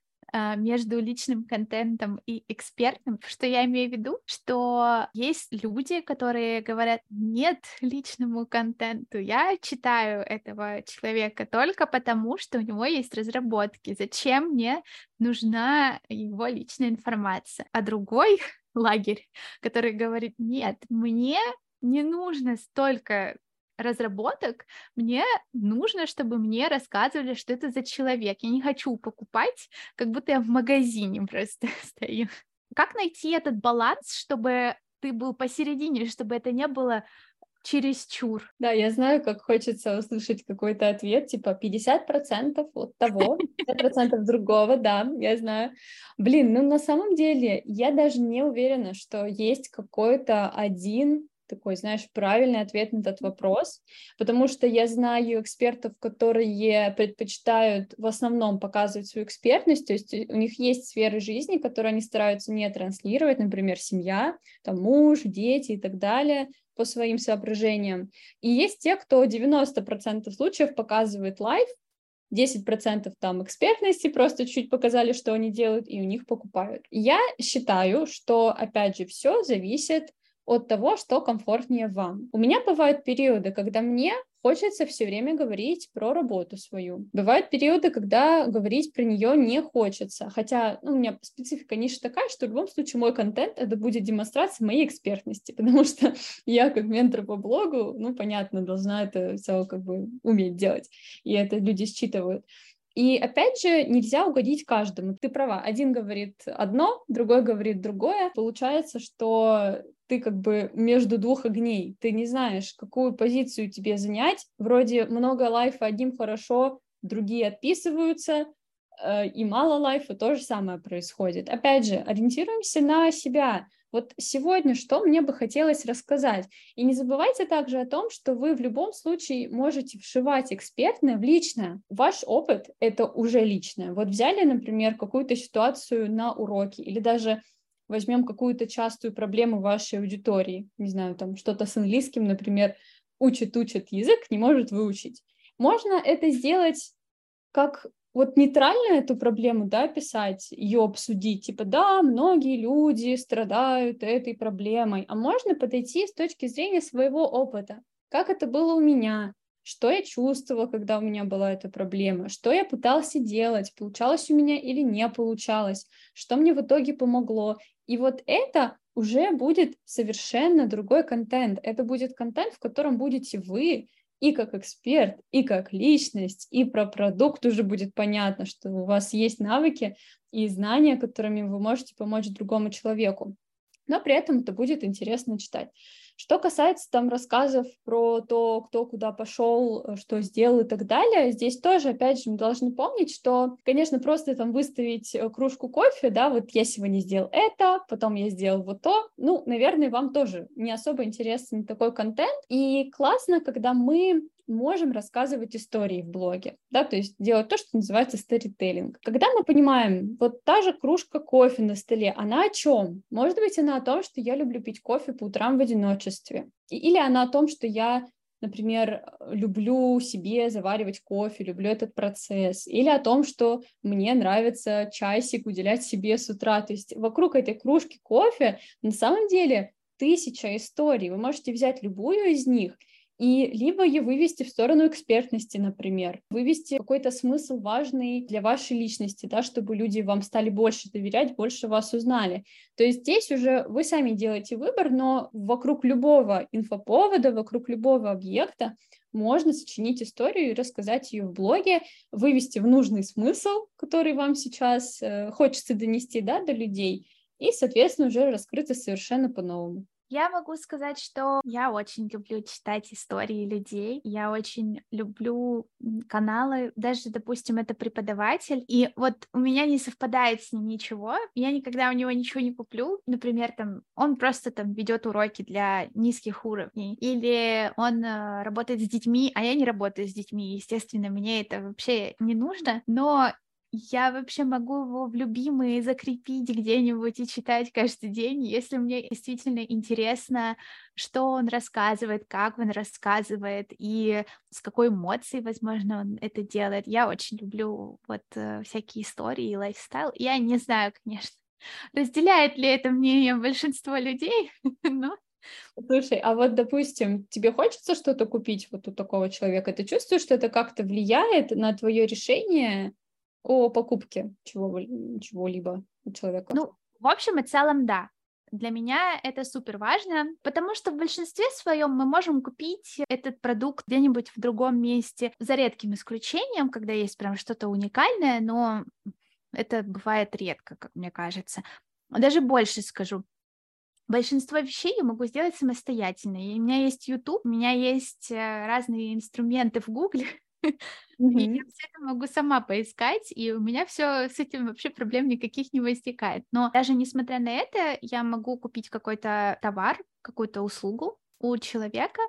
между личным контентом и экспертным. Что я имею в виду? Что есть люди, которые говорят нет личному контенту. Я читаю этого человека только потому, что у него есть разработки. Зачем мне нужна его личная информация? А другой лагерь, который говорит нет, мне не нужно столько разработок, мне нужно, чтобы мне рассказывали, что это за человек. Я не хочу покупать, как будто я в магазине просто стою. Как найти этот баланс, чтобы ты был посередине, чтобы это не было чересчур? Да, я знаю, как хочется услышать какой-то ответ, типа пятьдесят процентов от того, пятьдесят процентов другого, да, я знаю. Блин, ну на самом деле я даже не уверена, что есть какой-то один такой, знаешь, правильный ответ на этот вопрос, потому что я знаю экспертов, которые предпочитают в основном показывать свою экспертность, то есть у них есть сферы жизни, которые они стараются не транслировать, например, семья, там муж, дети и так далее, по своим соображениям. И есть те, кто девяносто процентов случаев показывает лайф, десять процентов там экспертности, просто чуть показали, что они делают, и у них покупают. Я считаю, что, опять же, все зависит от того, что комфортнее вам. У меня бывают периоды, когда мне хочется все время говорить про работу свою. Бывают периоды, когда говорить про нее не хочется. Хотя ну, у меня специфика ниши такая, что в любом случае мой контент — это будет демонстрация моей экспертности, потому что я как ментор по блогу, ну, понятно, должна это все как бы уметь делать. И это люди считывают. И опять же, нельзя угодить каждому. Ты права, один говорит одно, другой говорит другое. Получается, что ты как бы между двух огней. Ты не знаешь, какую позицию тебе занять. Вроде много лайфа, одним хорошо, другие отписываются, э, и мало лайфа, то же самое происходит. Опять же, ориентируемся на себя. Вот сегодня что мне бы хотелось рассказать? И не забывайте также о том, что вы в любом случае можете вшивать экспертное в личное. Ваш опыт — это уже личное. Вот взяли, например, какую-то ситуацию на уроке или даже возьмем какую-то частую проблему вашей аудитории, не знаю, там что-то с английским, например, учит-учит язык, не может выучить. Можно это сделать как вот нейтрально эту проблему, да, писать, ее обсудить, типа, да, многие люди страдают этой проблемой, а можно подойти с точки зрения своего опыта, как это было у меня, что я чувствовала, когда у меня была эта проблема, что я пытался делать, получалось у меня или не получалось, что мне в итоге помогло. И вот это уже будет совершенно другой контент. Это будет контент, в котором будете вы и как эксперт, и как личность, и про продукт уже будет понятно, что у вас есть навыки и знания, которыми вы можете помочь другому человеку. Но при этом это будет интересно читать. Что касается там рассказов про то, кто куда пошел, что сделал и так далее, здесь тоже, опять же, мы должны помнить, что, конечно, просто там выставить кружку кофе, да, вот я сегодня сделал это, потом я сделал вот то, ну, наверное, вам тоже не особо интересен такой контент, и классно, когда мы можем рассказывать истории в блоге, да, то есть делать то, что называется сторителлинг. Когда мы понимаем, вот та же кружка кофе на столе, она о чем? Может быть, она о том, что я люблю пить кофе по утрам в одиночестве, или она о том, что я, например, люблю себе заваривать кофе, люблю этот процесс, или о том, что мне нравится часик уделять себе с утра. То есть вокруг этой кружки кофе на самом деле тысяча историй. Вы можете взять любую из них и либо ее вывести в сторону экспертности, например, вывести какой-то смысл важный для вашей личности, да, чтобы люди вам стали больше доверять, больше вас узнали. То есть здесь уже вы сами делаете выбор, но вокруг любого инфоповода, вокруг любого объекта можно сочинить историю и рассказать ее в блоге, вывести в нужный смысл, который вам сейчас э, хочется донести, да, до людей, и, соответственно, уже раскрыться совершенно по-новому. Я могу сказать, что я очень люблю читать истории людей, я очень люблю каналы, даже, допустим, это преподаватель, и вот у меня не совпадает с ним ничего, я никогда у него ничего не куплю, например, там, он просто там ведет уроки для низких уровней, или он э, работает с детьми, а я не работаю с детьми, естественно, мне это вообще не нужно, но я вообще могу его в любимые закрепить где-нибудь и читать каждый день, если мне действительно интересно, что он рассказывает, как он рассказывает и с какой эмоцией, возможно, он это делает. Я очень люблю вот э, всякие истории и лайфстайл. Я не знаю, конечно, разделяет ли это мнение большинство людей, но... Слушай, а вот, допустим, тебе хочется что-то купить вот у такого человека? Ты чувствуешь, что это как-то влияет на твое решение о покупке чего, чего-либо у человека? Ну, в общем и целом, да. Для меня это супер важно, потому что в большинстве своем мы можем купить этот продукт где-нибудь в другом месте, за редким исключением, когда есть прям что-то уникальное, но это бывает редко, как мне кажется. Даже больше скажу. Большинство вещей я могу сделать самостоятельно. И у меня есть YouTube, у меня есть разные инструменты в Google, и я все это могу сама поискать, и у меня все с этим вообще проблем никаких не возникает. Но даже несмотря на это, я могу купить какой-то товар, какую-то услугу у человека,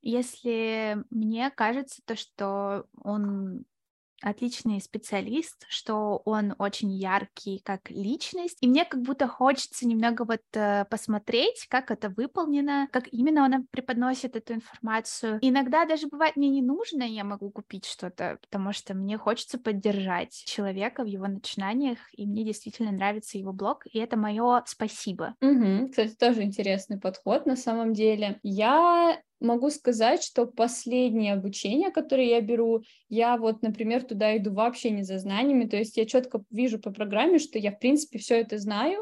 если мне кажется то, что он отличный специалист, что он очень яркий как личность, и мне как будто хочется немного вот э, посмотреть, как это выполнено, как именно он преподносит эту информацию. И иногда даже бывает мне не нужно, я могу купить что-то, потому что мне хочется поддержать человека в его начинаниях, и мне действительно нравится его блог, и это мое спасибо. Угу. Кстати, тоже интересный подход на самом деле. Я могу сказать, что последнее обучение, которое я беру, я вот, например, туда иду вообще не за знаниями, то есть я четко вижу по программе, что я, в принципе, все это знаю,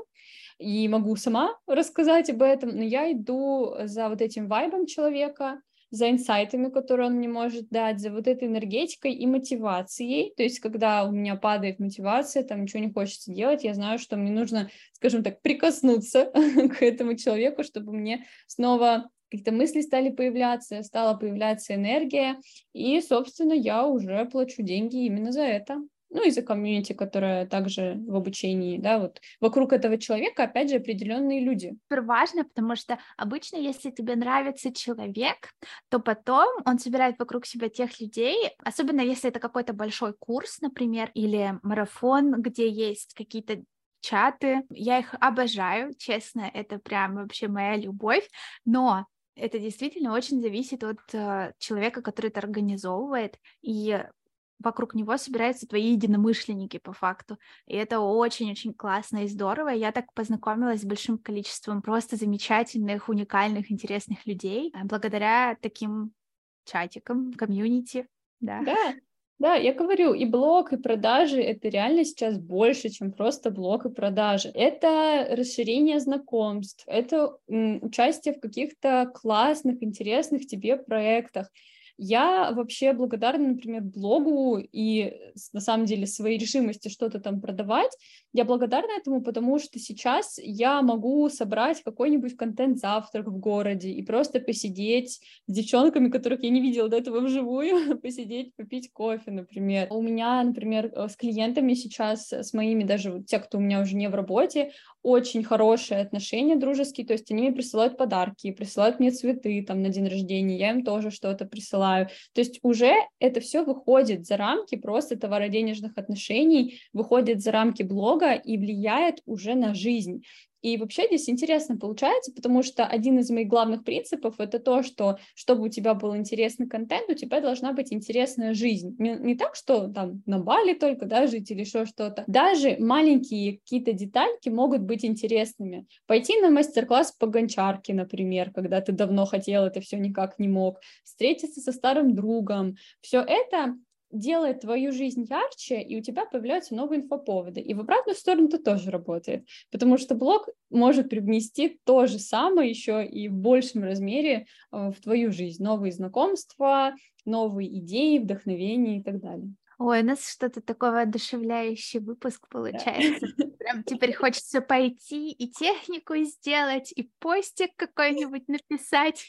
и могу сама рассказать об этом, но я иду за вот этим вайбом человека, за инсайтами, которые он мне может дать, за вот этой энергетикой и мотивацией. То есть, когда у меня падает мотивация, там ничего не хочется делать, я знаю, что мне нужно, скажем так, прикоснуться к этому человеку, чтобы мне снова какие-то мысли стали появляться, стала появляться энергия, и, собственно, я уже плачу деньги именно за это. Ну, и за комьюнити, которая также в обучении, да, вот вокруг этого человека, опять же, определенные люди. Супер важно, потому что обычно, если тебе нравится человек, то потом он собирает вокруг себя тех людей, особенно если это какой-то большой курс, например, или марафон, где есть какие-то чаты. Я их обожаю, честно, это прям вообще моя любовь, но это действительно очень зависит от э, человека, который это организовывает, и вокруг него собираются твои единомышленники по факту. И это очень-очень классно и здорово. Я так познакомилась с большим количеством просто замечательных, уникальных, интересных людей благодаря таким чатикам, комьюнити. Да. Да, да, я говорю, и блог, и продажи — это реально сейчас больше, чем просто блог и продажи. Это расширение знакомств, это м, участие в каких-то классных, интересных тебе проектах. Я вообще благодарна, например, блогу и на самом деле своей решимости что-то там продавать. Я благодарна этому, потому что сейчас я могу собрать какой-нибудь контент-завтрак в городе и просто посидеть с девчонками, которых я не видела до этого вживую, посидеть, попить кофе, например. У меня, например, с клиентами сейчас, с моими, даже вот те, кто у меня уже не в работе, очень хорошие отношения дружеские, то есть они мне присылают подарки, присылают мне цветы там на день рождения, я им тоже что-то присылаю. То есть уже это все выходит за рамки просто товароденежных отношений, выходит за рамки блога и влияет уже на жизнь. И вообще здесь интересно получается, потому что один из моих главных принципов — это то, что чтобы у тебя был интересный контент, у тебя должна быть интересная жизнь. Не, не так, что там на Бали только, да, жить или еще что-то. Даже маленькие какие-то детальки могут быть интересными. Пойти на мастер-класс по гончарке, например, когда ты давно хотел, это все никак не мог. Встретиться со старым другом. Все это делает твою жизнь ярче, и у тебя появляются новые инфоповоды. И в обратную сторону это тоже работает, потому что блог может привнести то же самое еще и в большем размере в твою жизнь. Новые знакомства, новые идеи, вдохновения и так далее. Ой, у нас что-то такой воодушевляющий выпуск получается. Да. Прям теперь хочется пойти и технику сделать, и постик какой-нибудь написать.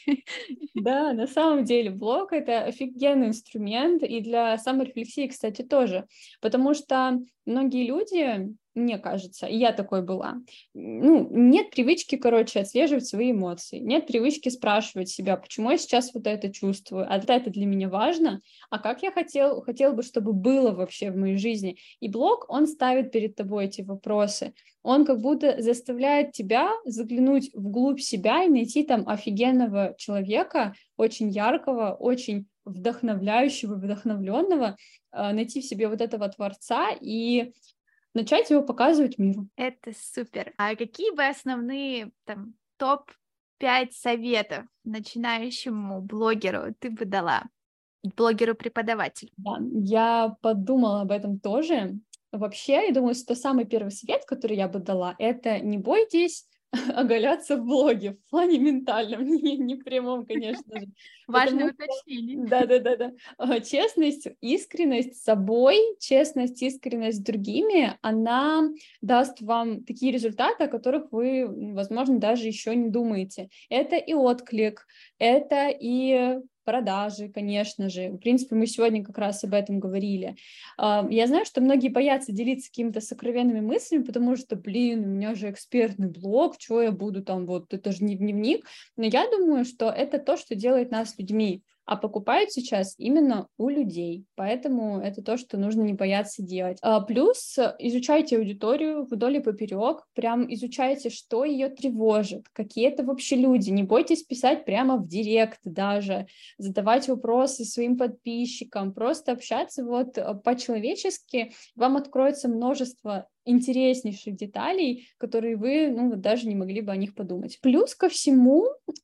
Да, на самом деле блог — это офигенный инструмент, и для саморефлексии, кстати, тоже, потому что многие люди, мне кажется, и я такой была, ну, нет привычки, короче, отслеживать свои эмоции, нет привычки спрашивать себя, почему я сейчас вот это чувствую, а вот это для меня важно, а как я хотел, хотел бы, чтобы было вообще в моей жизни. И блог, он ставит перед тобой эти вопросы, он как будто заставляет тебя заглянуть вглубь себя и найти там офигенного человека, очень яркого, очень вдохновляющего, вдохновленного, найти в себе вот этого творца и начать его показывать миру. Это супер. А какие бы основные там топ пять советов начинающему блогеру ты бы дала? Блогеру-преподавателю? Да, я подумала об этом тоже. Вообще, я думаю, что самый первый совет, который я бы дала, это не бойтесь оголяться в блоге, в плане ментальном, не, не прямом, конечно же. Важное Потому уточнение. Да-да-да-да. Честность, искренность с собой, честность, искренность с другими, она даст вам такие результаты, о которых вы, возможно, даже еще не думаете. Это и отклик, это и продажи, конечно же. В принципе, мы сегодня как раз об этом говорили. Я знаю, что многие боятся делиться какими-то сокровенными мыслями, потому что, блин, у меня же экспертный блог, что я буду там, вот, это же не дневник. Но я думаю, что это то, что делает нас людьми, а покупают сейчас именно у людей, поэтому это то, что нужно не бояться делать. А плюс изучайте аудиторию вдоль и поперек, прям изучайте, что ее тревожит, какие это вообще люди, не бойтесь писать прямо в директ даже, задавать вопросы своим подписчикам, просто общаться вот по-человечески, вам откроется множество интереснейших деталей, которые вы, ну, вот даже не могли бы о них подумать. Плюс ко всему,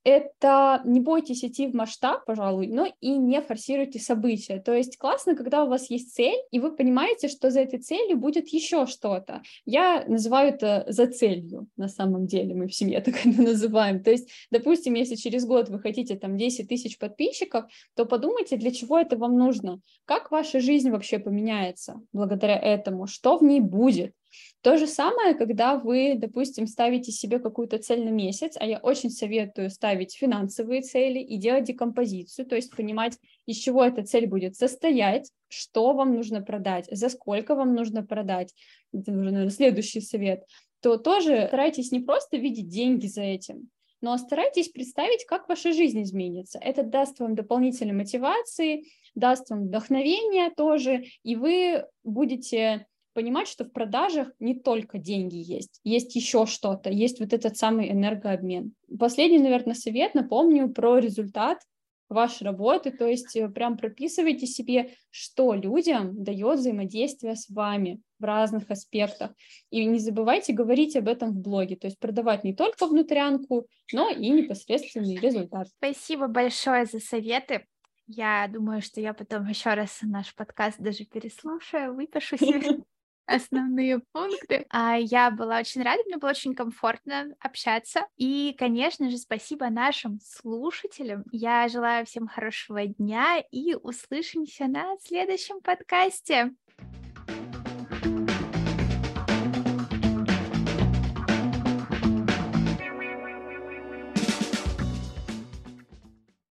это не бойтесь идти в масштаб, пожалуй, но и не форсируйте события. То есть классно, когда у вас есть цель, и вы понимаете, что за этой целью будет еще что-то. Я называю это за целью, на самом деле, мы в семье так это называем. То есть, допустим, если через год вы хотите там десять тысяч подписчиков, то подумайте, для чего это вам нужно, как ваша жизнь вообще поменяется благодаря этому, что в ней будет. То же самое, когда вы, допустим, ставите себе какую-то цель на месяц, а я очень советую ставить финансовые цели и делать декомпозицию, то есть понимать, из чего эта цель будет состоять, что вам нужно продать, за сколько вам нужно продать, это уже, наверное, следующий совет, то тоже старайтесь не просто видеть деньги за этим, но старайтесь представить, как ваша жизнь изменится. Это даст вам дополнительной мотивации, даст вам вдохновение тоже, и вы будете понимать, что в продажах не только деньги есть, есть еще что-то, есть вот этот самый энергообмен. Последний, наверное, совет, напомню про результат вашей работы, то есть прям прописывайте себе, что людям дает взаимодействие с вами в разных аспектах. И не забывайте говорить об этом в блоге, то есть продавать не только внутрянку, но и непосредственный результат. Спасибо большое за советы. Я думаю, что я потом еще раз наш подкаст даже переслушаю, выпишу себе. основные пункты. А я была очень рада, мне было очень комфортно общаться. И, конечно же, спасибо нашим слушателям. Я желаю всем хорошего дня и услышимся на следующем подкасте.